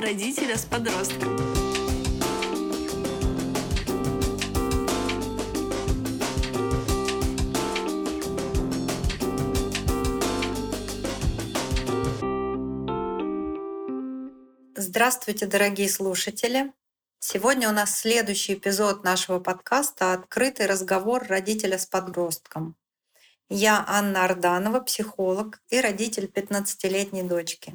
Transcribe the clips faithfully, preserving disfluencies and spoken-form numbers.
родителя с подростком. Здравствуйте, дорогие слушатели! Сегодня у нас следующий эпизод нашего подкаста «Открытый разговор родителя с подростком». Я Анна Арданова, психолог и родитель пятнадцатилетней дочки.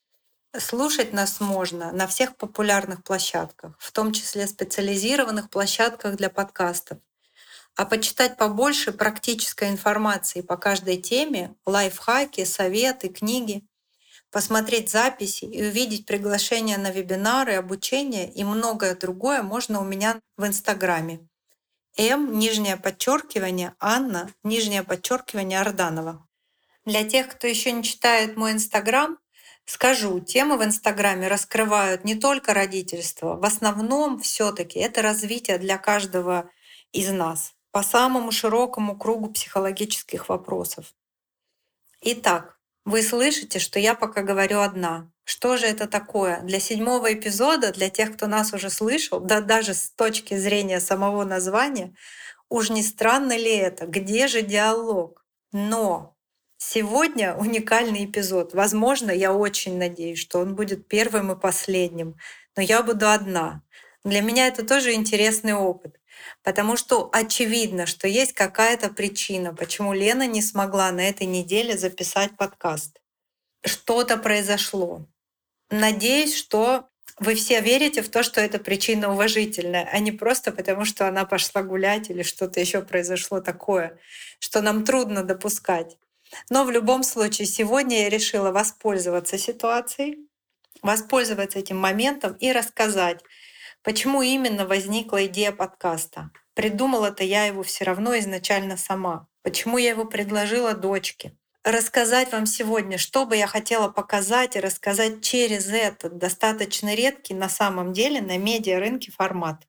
Слушать нас можно на всех популярных площадках, в том числе специализированных площадках для подкастов. А почитать побольше практической информации по каждой теме, лайфхаки, советы, книги, посмотреть записи и увидеть приглашения на вебинары, обучение и многое другое можно у меня в Инстаграме. М, нижнее подчеркивание, Анна, нижнее подчеркивание, Арданова. Для тех, кто еще не читает мой Инстаграм, скажу, темы в Инстаграме раскрывают не только родительство. В основном все таки это развитие для каждого из нас по самому широкому кругу психологических вопросов. Итак, вы слышите, что я пока говорю одна. Что же это такое? Для седьмого эпизода, для тех, кто нас уже слышал, да даже с точки зрения самого названия, уж не странно ли это? Где же диалог? Но сегодня уникальный эпизод. Возможно, я очень надеюсь, что он будет первым и последним, но я буду одна. Для меня это тоже интересный опыт. Потому что очевидно, что есть какая-то причина, почему Лена не смогла на этой неделе записать подкаст. Что-то произошло. Надеюсь, что вы все верите в то, что эта причина уважительная, а не просто потому, что она пошла гулять или что-то еще произошло такое, что нам трудно допускать. Но в любом случае сегодня я решила воспользоваться ситуацией, воспользоваться этим моментом и рассказать, почему именно возникла идея подкаста. Придумала-то я его все равно изначально сама. Почему я его предложила дочке. Рассказать вам сегодня, что бы я хотела показать и рассказать через этот достаточно редкий на самом деле на медиарынке формат.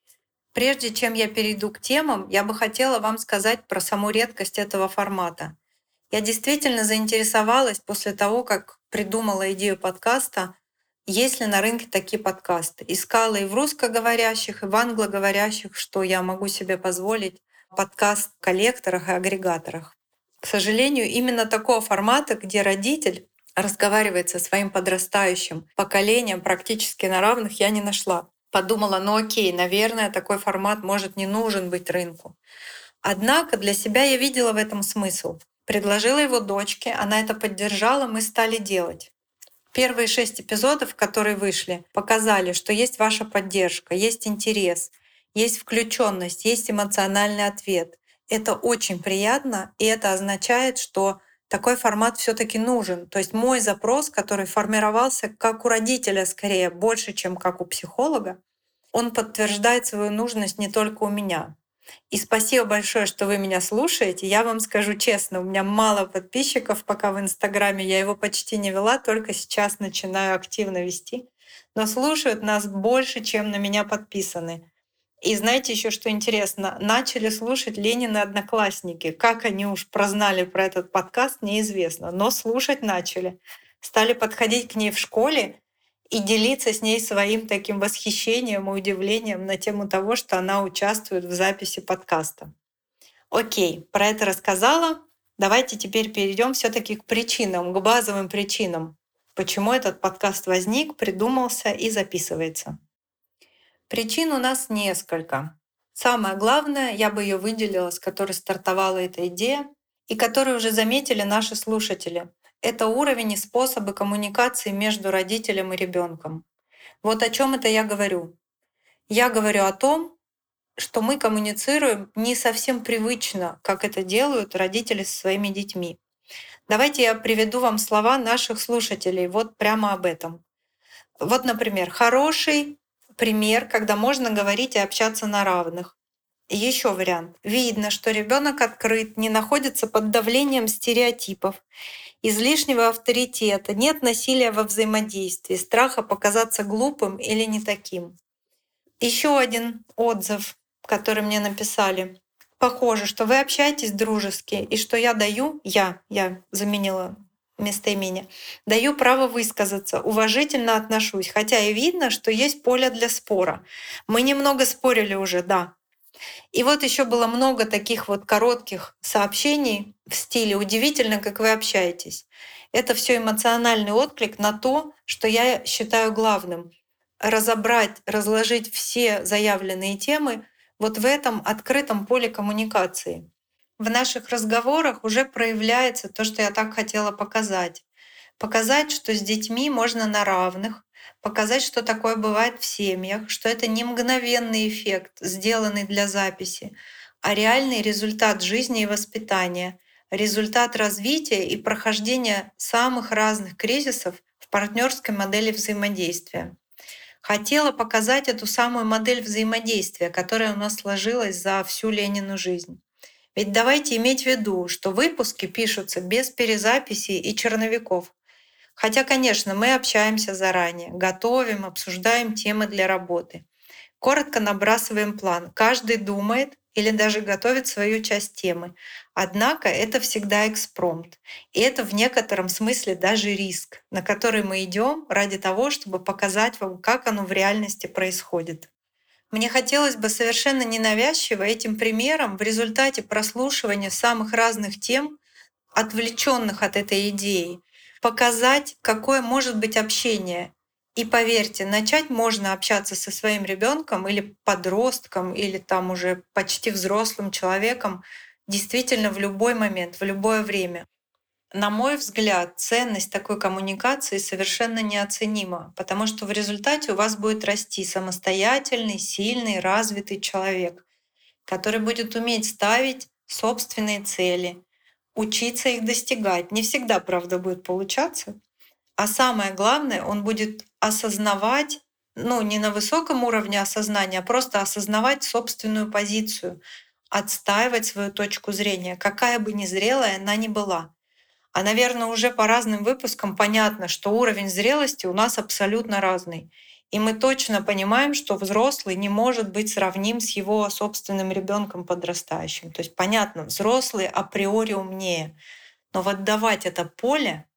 Прежде чем я перейду к темам, я бы хотела вам сказать про саму редкость этого формата. Я действительно заинтересовалась после того, как придумала идею подкаста, есть ли на рынке такие подкасты. Искала и в русскоговорящих, и в англоговорящих, что я могу себе позволить подкаст в коллекторах и агрегаторах. К сожалению, именно такого формата, где родитель разговаривает со своим подрастающим поколением практически на равных, я не нашла. Подумала, ну окей, наверное, такой формат может не нужен быть рынку. Однако для себя я видела в этом смысл. Предложила его дочке, она это поддержала, мы стали делать. Первые шесть эпизодов, которые вышли, показали, что есть ваша поддержка, есть интерес, есть включенность, есть эмоциональный ответ. Это очень приятно, и это означает, что такой формат все-таки нужен. То есть мой запрос, который формировался как у родителя скорее больше, чем как у психолога, он подтверждает свою нужность не только у меня. И спасибо большое, что вы меня слушаете. Я вам скажу честно, у меня мало подписчиков пока в Инстаграме. Я его почти не вела, только сейчас начинаю активно вести. Но слушают нас больше, чем на меня подписаны. И знаете еще, что интересно? Начали слушать Ленины одноклассники. Как они уж прознали про этот подкаст, неизвестно. Но слушать начали. Стали подходить к ней в школе и делиться с ней своим таким восхищением и удивлением на тему того, что она участвует в записи подкаста. Окей, про это рассказала. Давайте теперь перейдем все-таки к причинам, к базовым причинам, почему этот подкаст возник, придумался и записывается. Причин у нас несколько. Самое главное, я бы ее выделила, с которой стартовала эта идея, и которую уже заметили наши слушатели. Это уровень и способы коммуникации между родителем и ребенком. Вот о чем это я говорю. Я говорю о том, что мы коммуницируем не совсем привычно, как это делают родители со своими детьми. Давайте я приведу вам слова наших слушателей вот прямо об этом. Вот, например, хороший пример, когда можно говорить и общаться на равных. Еще вариант. Видно, что ребенок открыт, не находится под давлением стереотипов, излишнего авторитета, нет насилия во взаимодействии, страха показаться глупым или не таким. Еще один отзыв, который мне написали. Похоже, что вы общаетесь дружески, и что я даю, я, я заменила местоимение. Даю право высказаться, уважительно отношусь, хотя и видно, что есть поле для спора. Мы немного спорили уже, да. И вот еще было много таких вот коротких сообщений в стиле «удивительно, как вы общаетесь». Это все эмоциональный отклик на то, что я считаю главным — разобрать, разложить все заявленные темы вот в этом открытом поле коммуникации. В наших разговорах уже проявляется то, что я так хотела показать. Показать, что с детьми можно на равных, показать, что такое бывает в семьях, что это не мгновенный эффект, сделанный для записи, а реальный результат жизни и воспитания, результат развития и прохождения самых разных кризисов в партнерской модели взаимодействия. Хотела показать эту самую модель взаимодействия, которая у нас сложилась за всю Ленину жизнь. Ведь давайте иметь в виду, что выпуски пишутся без перезаписи и черновиков. Хотя, конечно, мы общаемся заранее, готовим, обсуждаем темы для работы. Коротко набрасываем план. Каждый думает или даже готовит свою часть темы. Однако это всегда экспромт. И это в некотором смысле даже риск, на который мы идем ради того, чтобы показать вам, как оно в реальности происходит. Мне хотелось бы совершенно ненавязчиво этим примером в результате прослушивания самых разных тем, отвлеченных от этой идеи, показать, какое может быть общение. И поверьте, начать можно общаться со своим ребенком или подростком, или там уже почти взрослым человеком действительно в любой момент, в любое время. На мой взгляд, ценность такой коммуникации совершенно неоценима, потому что в результате у вас будет расти самостоятельный, сильный, развитый человек, который будет уметь ставить собственные цели, учиться их достигать. Не всегда, правда, будет получаться. А самое главное, он будет осознавать, ну, не на высоком уровне осознания, а просто осознавать собственную позицию, отстаивать свою точку зрения, какая бы ни зрелая она ни была. А, наверное, уже по разным выпускам понятно, что уровень зрелости у нас абсолютно разный. И мы точно понимаем, что взрослый не может быть сравним с его собственным ребенком подрастающим. То есть понятно, взрослый априори умнее. Но вот давать это поле —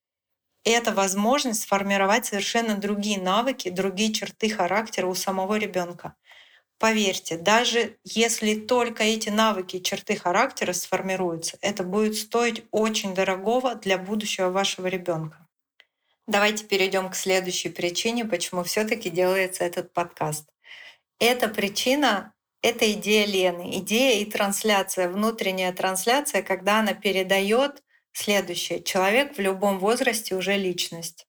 это возможность сформировать совершенно другие навыки, другие черты характера у самого ребенка. Поверьте, даже если только эти навыки и черты характера сформируются, это будет стоить очень дорогого для будущего вашего ребенка. Давайте перейдем к следующей причине, почему все-таки делается этот подкаст. Эта причина — это идея Лены, идея и трансляция, внутренняя трансляция, когда она передает следующее: человек в любом возрасте уже личность.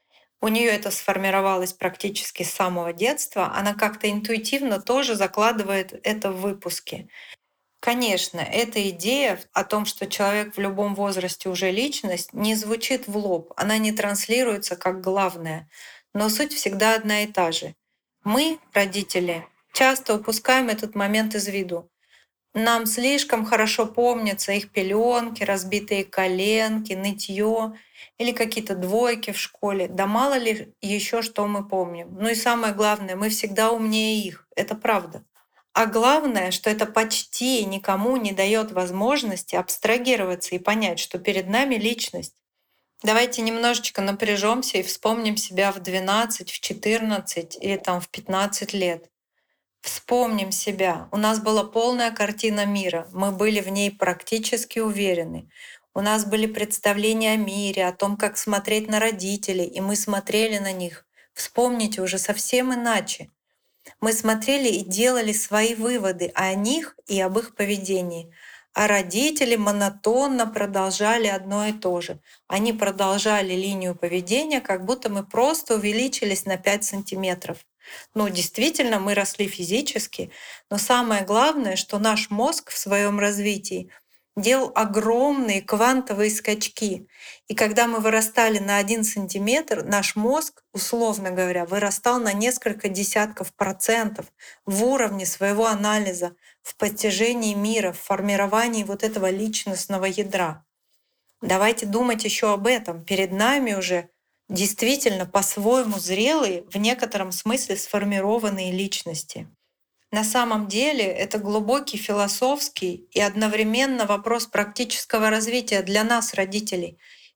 У нее это сформировалось практически с самого детства. Она как-то интуитивно тоже закладывает это в выпуске. Конечно, эта идея о том, что человек в любом возрасте уже личность, не звучит в лоб, она не транслируется как главное, но суть всегда одна и та же. Мы, родители, часто упускаем этот момент из виду. Нам слишком хорошо помнятся их пеленки, разбитые коленки, нытье или какие-то двойки в школе. Да мало ли еще что мы помним. Ну и самое главное, мы всегда умнее их. Это правда. А главное, что это почти никому не дает возможности абстрагироваться и понять, что перед нами личность. Давайте немножечко напряжемся и вспомним себя в двенадцать, в четырнадцать или там в пятнадцать лет. Вспомним себя. У нас была полная картина мира. Мы были в ней практически уверены. У нас были представления о мире, о том, как смотреть на родителей, и мы смотрели на них. Вспомните уже совсем иначе. Мы смотрели и делали свои выводы о них и об их поведении. А родители монотонно продолжали одно и то же. Они продолжали линию поведения, как будто мы просто увеличились на пять сантиметров. Ну, действительно, мы росли физически, но самое главное, что наш мозг в своем развитии делал огромные квантовые скачки. И когда мы вырастали на один сантиметр, наш мозг, условно говоря, вырастал на несколько десятков процентов в уровне своего анализа, в постижении мира, в формировании вот этого личностного ядра. Давайте думать еще об этом. Перед нами уже действительно по-своему зрелые, в некотором смысле сформированные личности. На самом деле это глубокий философский и одновременно вопрос практического развития для нас, родителей.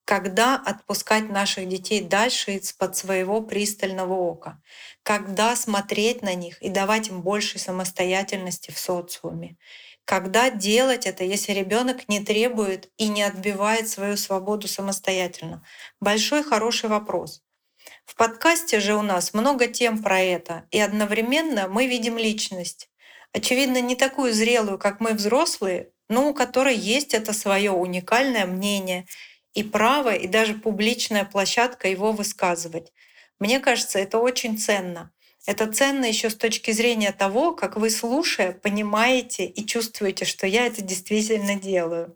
когда отпускать наших детей дальше из-под своего пристального ока, когда смотреть на них и давать им больше самостоятельности в социуме, когда делать это, если ребенок не требует и не отбивает свою свободу самостоятельно. Большой хороший вопрос. В подкасте же у нас много тем про это, и одновременно мы видим личность. Очевидно, не такую зрелую, как мы взрослые, но у которой есть это свое уникальное мнение и право, и даже публичная площадка его высказывать. Мне кажется, это очень ценно. Это ценно еще с точки зрения того, как вы, слушая, понимаете и чувствуете, что я это действительно делаю.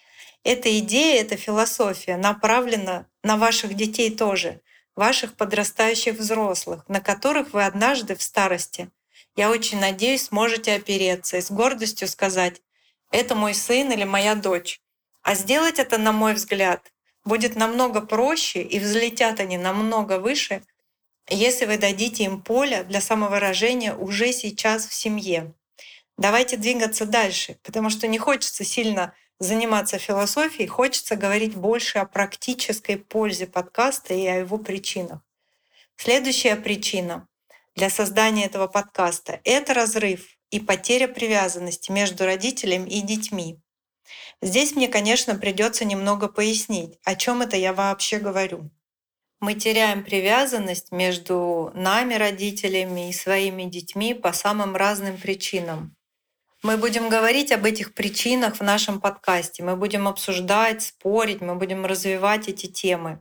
Эта идея, эта философия направлена на ваших детей тоже, ваших подрастающих взрослых, на которых вы однажды в старости, я очень надеюсь, сможете опереться и с гордостью сказать: «Это мой сын или моя дочь». А сделать это, на мой взгляд, будет намного проще, и взлетят они намного выше, если вы дадите им поле для самовыражения уже сейчас в семье. Давайте двигаться дальше, потому что не хочется сильно заниматься философией, хочется говорить больше о практической пользе подкаста и о его причинах. Следующая причина для создания этого подкаста — это разрыв и потеря привязанности между родителями и детьми. Здесь мне, конечно, придется немного пояснить, о чем это я вообще говорю. Мы теряем привязанность между нами, родителями, и своими детьми по самым разным причинам. Мы будем говорить об этих причинах в нашем подкасте, мы будем обсуждать, спорить, мы будем развивать эти темы.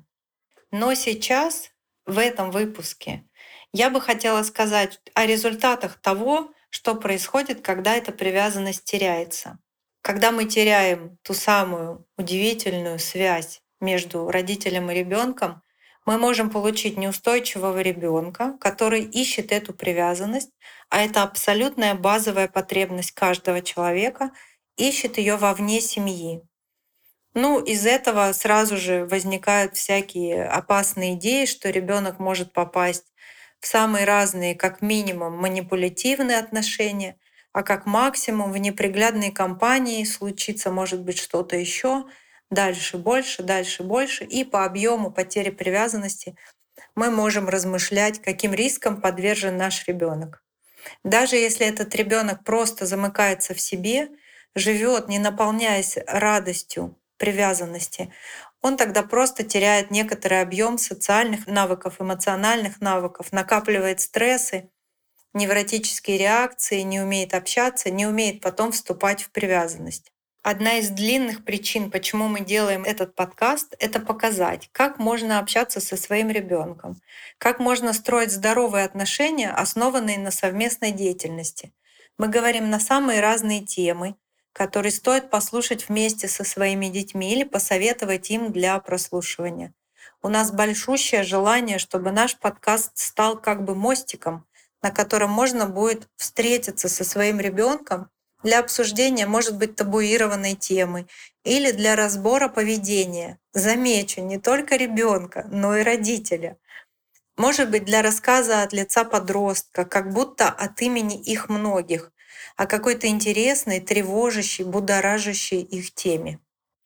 Но сейчас, в этом выпуске, я бы хотела сказать о результатах того, что происходит, когда эта привязанность теряется. Когда мы теряем ту самую удивительную связь между родителем и ребенком, мы можем получить неустойчивого ребенка, который ищет эту привязанность, а это абсолютная базовая потребность каждого человека, ищет ее вовне семьи. Ну, из этого сразу же возникают всякие опасные идеи, что ребенок может попасть в самые разные, как минимум, манипулятивные отношения, а как максимум в неприглядные компании случится, может быть, что-то еще. Дальше больше, дальше больше. И по объему потери привязанности мы можем размышлять, каким риском подвержен наш ребенок. Даже если этот ребенок просто замыкается в себе, живет, не наполняясь радостью привязанности, он тогда просто теряет некоторый объем социальных навыков, эмоциональных навыков, накапливает стрессы, невротические реакции, не умеет общаться, не умеет потом вступать в привязанность. Одна из длинных причин, почему мы делаем этот подкаст, это показать, как можно общаться со своим ребенком, как можно строить здоровые отношения, основанные на совместной деятельности. Мы говорим на самые разные темы, которые стоит послушать вместе со своими детьми или посоветовать им для прослушивания. У нас большущее желание, чтобы наш подкаст стал как бы мостиком, на котором можно будет встретиться со своим ребенком для обсуждения, может быть, табуированной темы или для разбора поведения. Замечу, не только ребенка, но и родителя. Может быть, для рассказа от лица подростка, как будто от имени их многих, о какой-то интересной, тревожащей, будоражащей их теме.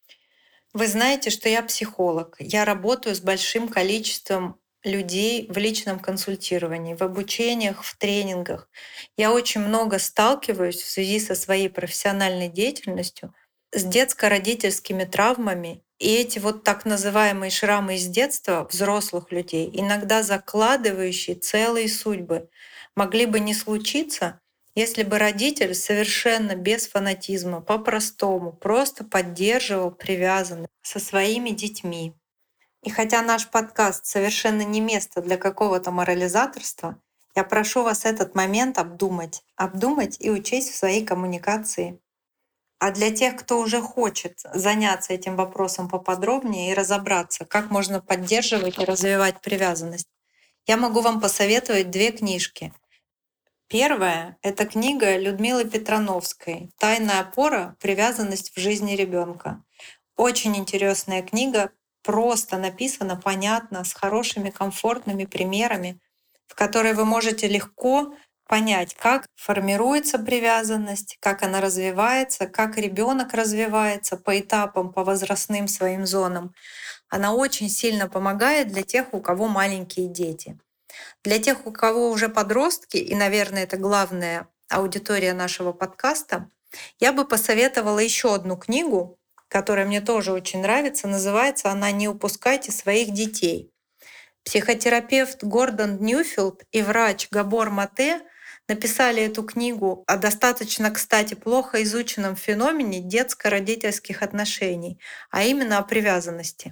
Вы знаете, что я психолог. Я работаю с большим количеством людей в личном консультировании, в обучениях, в тренингах. Я очень много сталкиваюсь в связи со своей профессиональной деятельностью с детско-родительскими травмами. И эти вот так называемые шрамы из детства взрослых людей, иногда закладывающие целые судьбы, могли бы не случиться, если бы родитель совершенно без фанатизма, по-простому, просто поддерживал привязанность со своими детьми. И хотя наш подкаст совершенно не место для какого-то морализаторства, я прошу вас этот момент обдумать, обдумать и учесть в своей коммуникации. А для тех, кто уже хочет заняться этим вопросом поподробнее и разобраться, как можно поддерживать и развивать привязанность, я могу вам посоветовать две книжки. Первая — это книга Людмилы Петрановской «Тайная опора. Привязанность в жизни ребенка». Очень интересная книга, просто написана, понятно, с хорошими, комфортными примерами, в которой вы можете легко понять, как формируется привязанность, как она развивается, как ребенок развивается по этапам, по возрастным своим зонам. Она очень сильно помогает для тех, у кого маленькие дети. Для тех, у кого уже подростки, и, наверное, это главная аудитория нашего подкаста, я бы посоветовала еще одну книгу, которая мне тоже очень нравится. Называется она «Не упускайте своих детей». Психотерапевт Гордон Ньюфилд и врач Габор Мате написали эту книгу о достаточно, кстати, плохо изученном феномене детско-родительских отношений, а именно о привязанности.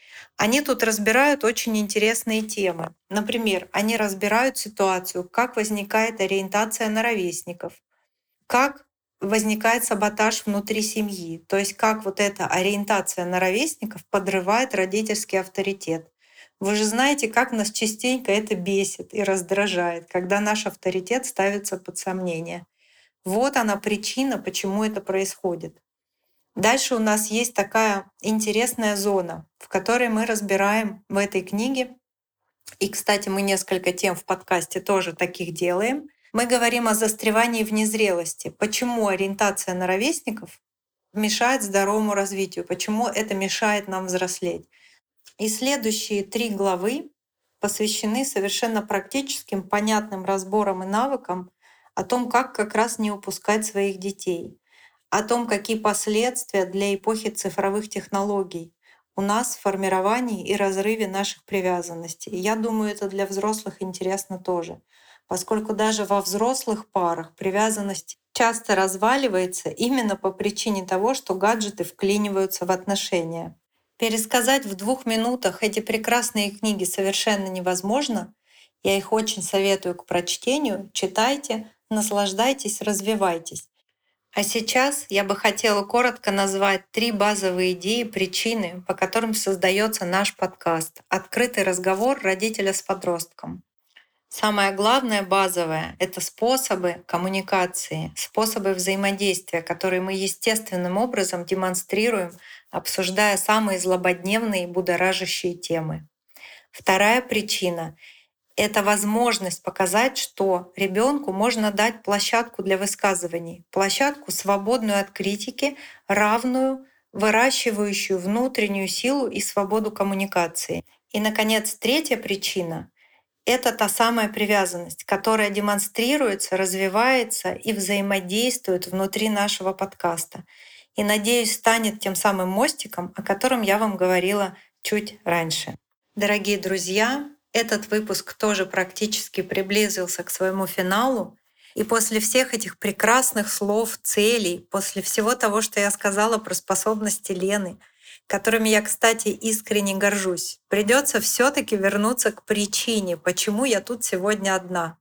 Они тут разбирают очень интересные темы. Например, они разбирают ситуацию, как возникает ориентация на ровесников, как возникает саботаж внутри семьи, то есть как вот эта ориентация на ровесников подрывает родительский авторитет. Вы же знаете, как нас частенько это бесит и раздражает, когда наш авторитет ставится под сомнение. Вот она причина, почему это происходит. Дальше у нас есть такая интересная зона, в которой мы разбираем в этой книге. И, кстати, мы несколько тем в подкасте тоже таких делаем. Мы говорим о застревании в незрелости. Почему ориентация на ровесников мешает здоровому развитию? Почему это мешает нам взрослеть? И следующие три главы посвящены совершенно практическим, понятным разборам и навыкам о том, как как раз не упускать своих детей, о том, какие последствия для эпохи цифровых технологий у нас в формировании и разрыве наших привязанностей. И я думаю, это для взрослых интересно тоже, поскольку даже во взрослых парах привязанность часто разваливается именно по причине того, что гаджеты вклиниваются в отношения. Пересказать в двух минутах эти прекрасные книги совершенно невозможно. Я их очень советую к прочтению. Читайте, наслаждайтесь, развивайтесь. А сейчас я бы хотела коротко назвать три базовые идеи, причины, по которым создается наш подкаст «Открытый разговор родителя с подростком». Самое главное, базовое — это способы коммуникации, способы взаимодействия, которые мы естественным образом демонстрируем, обсуждая самые злободневные и будоражащие темы. Вторая причина — это возможность показать, что ребенку можно дать площадку для высказываний, площадку, свободную от критики, равную, выращивающую внутреннюю силу и свободу коммуникации. И, наконец, третья причина — это та самая привязанность, которая демонстрируется, развивается и взаимодействует внутри нашего подкаста. И, надеюсь, станет тем самым мостиком, о котором я вам говорила чуть раньше. Дорогие друзья, этот выпуск тоже практически приблизился к своему финалу. И после всех этих прекрасных слов, целей, после всего того, что я сказала про способности Лены, которыми я, кстати, искренне горжусь, придется все-таки вернуться к причине, почему я тут сегодня одна.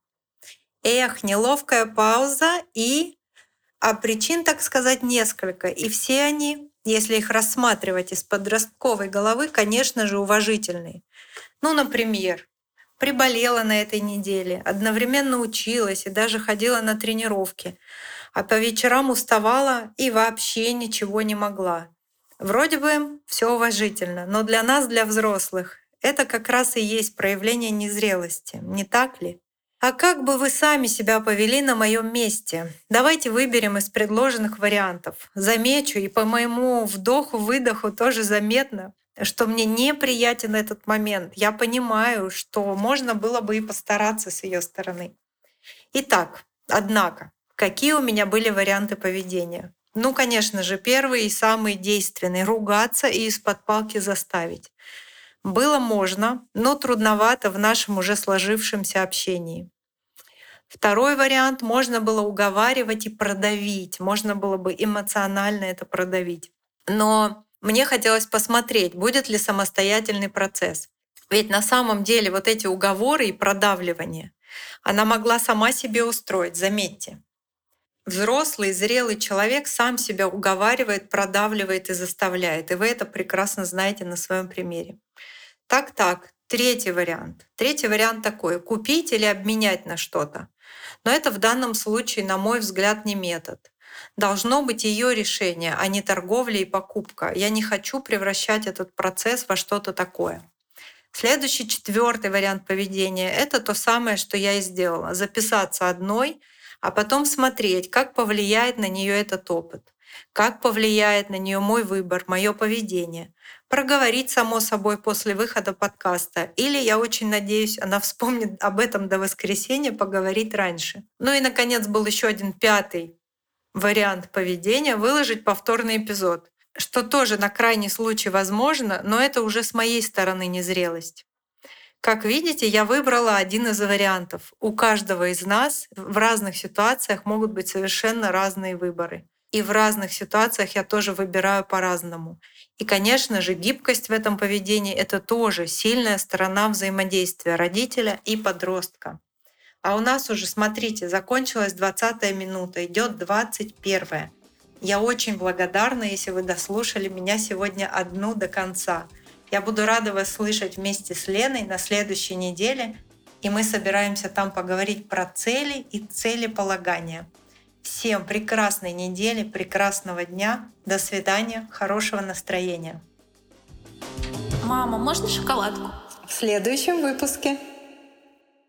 Эх, неловкая пауза и... А причин, так сказать, несколько. И все они, если их рассматривать из подростковой головы, конечно же, уважительные. Ну, например, приболела на этой неделе, одновременно училась и даже ходила на тренировки, а по вечерам уставала и вообще ничего не могла. Вроде бы все уважительно, но для нас, для взрослых, это как раз и есть проявление незрелости, не так ли? А как бы вы сами себя повели на моем месте? Давайте выберем из предложенных вариантов. Замечу, и по моему вдоху-выдоху тоже заметно, что мне неприятен этот момент. Я понимаю, что можно было бы и постараться с ее стороны. Итак, однако, какие у меня были варианты поведения? Ну, конечно же, первый и самый действенный — ругаться и из-под палки заставить. Было можно, но трудновато в нашем уже сложившемся общении. Второй вариант — можно было уговаривать и продавить, можно было бы эмоционально это продавить. Но мне хотелось посмотреть, будет ли самостоятельный процесс. Ведь на самом деле вот эти уговоры и продавливания она могла сама себе устроить, заметьте. Взрослый, зрелый человек сам себя уговаривает, продавливает и заставляет. И вы это прекрасно знаете на своем примере. Так-так, третий вариант. Третий вариант такой — купить или обменять на что-то. Но это в данном случае, на мой взгляд, не метод. Должно быть ее решение, а не торговля и покупка. Я не хочу превращать этот процесс во что-то такое. Следующий, четвертый вариант поведения — это то самое, что я и сделала. Записаться одной, а потом смотреть, как повлияет на нее этот опыт. как повлияет на нее мой выбор, мое поведение. Проговорить, само собой, после выхода подкаста. Или, я очень надеюсь, она вспомнит об этом до воскресенья, поговорить раньше. Ну и, наконец, был еще один пятый вариант поведения — выложить повторный эпизод, что тоже на крайний случай возможно, но это уже с моей стороны незрелость. Как видите, я выбрала один из вариантов. У каждого из нас в разных ситуациях могут быть совершенно разные выборы. И в разных ситуациях я тоже выбираю по-разному. И, конечно же, гибкость в этом поведении — это тоже сильная сторона взаимодействия родителя и подростка. А у нас уже, смотрите, закончилась двадцатая минута, идет двадцать первая. Я очень благодарна, если вы дослушали меня сегодня одну до конца. Я буду рада вас слышать вместе с Леной на следующей неделе, и мы собираемся там поговорить про цели и целеполагания. Всем прекрасной недели, прекрасного дня, до свидания, хорошего настроения. Мама, можно шоколадку? В следующем выпуске.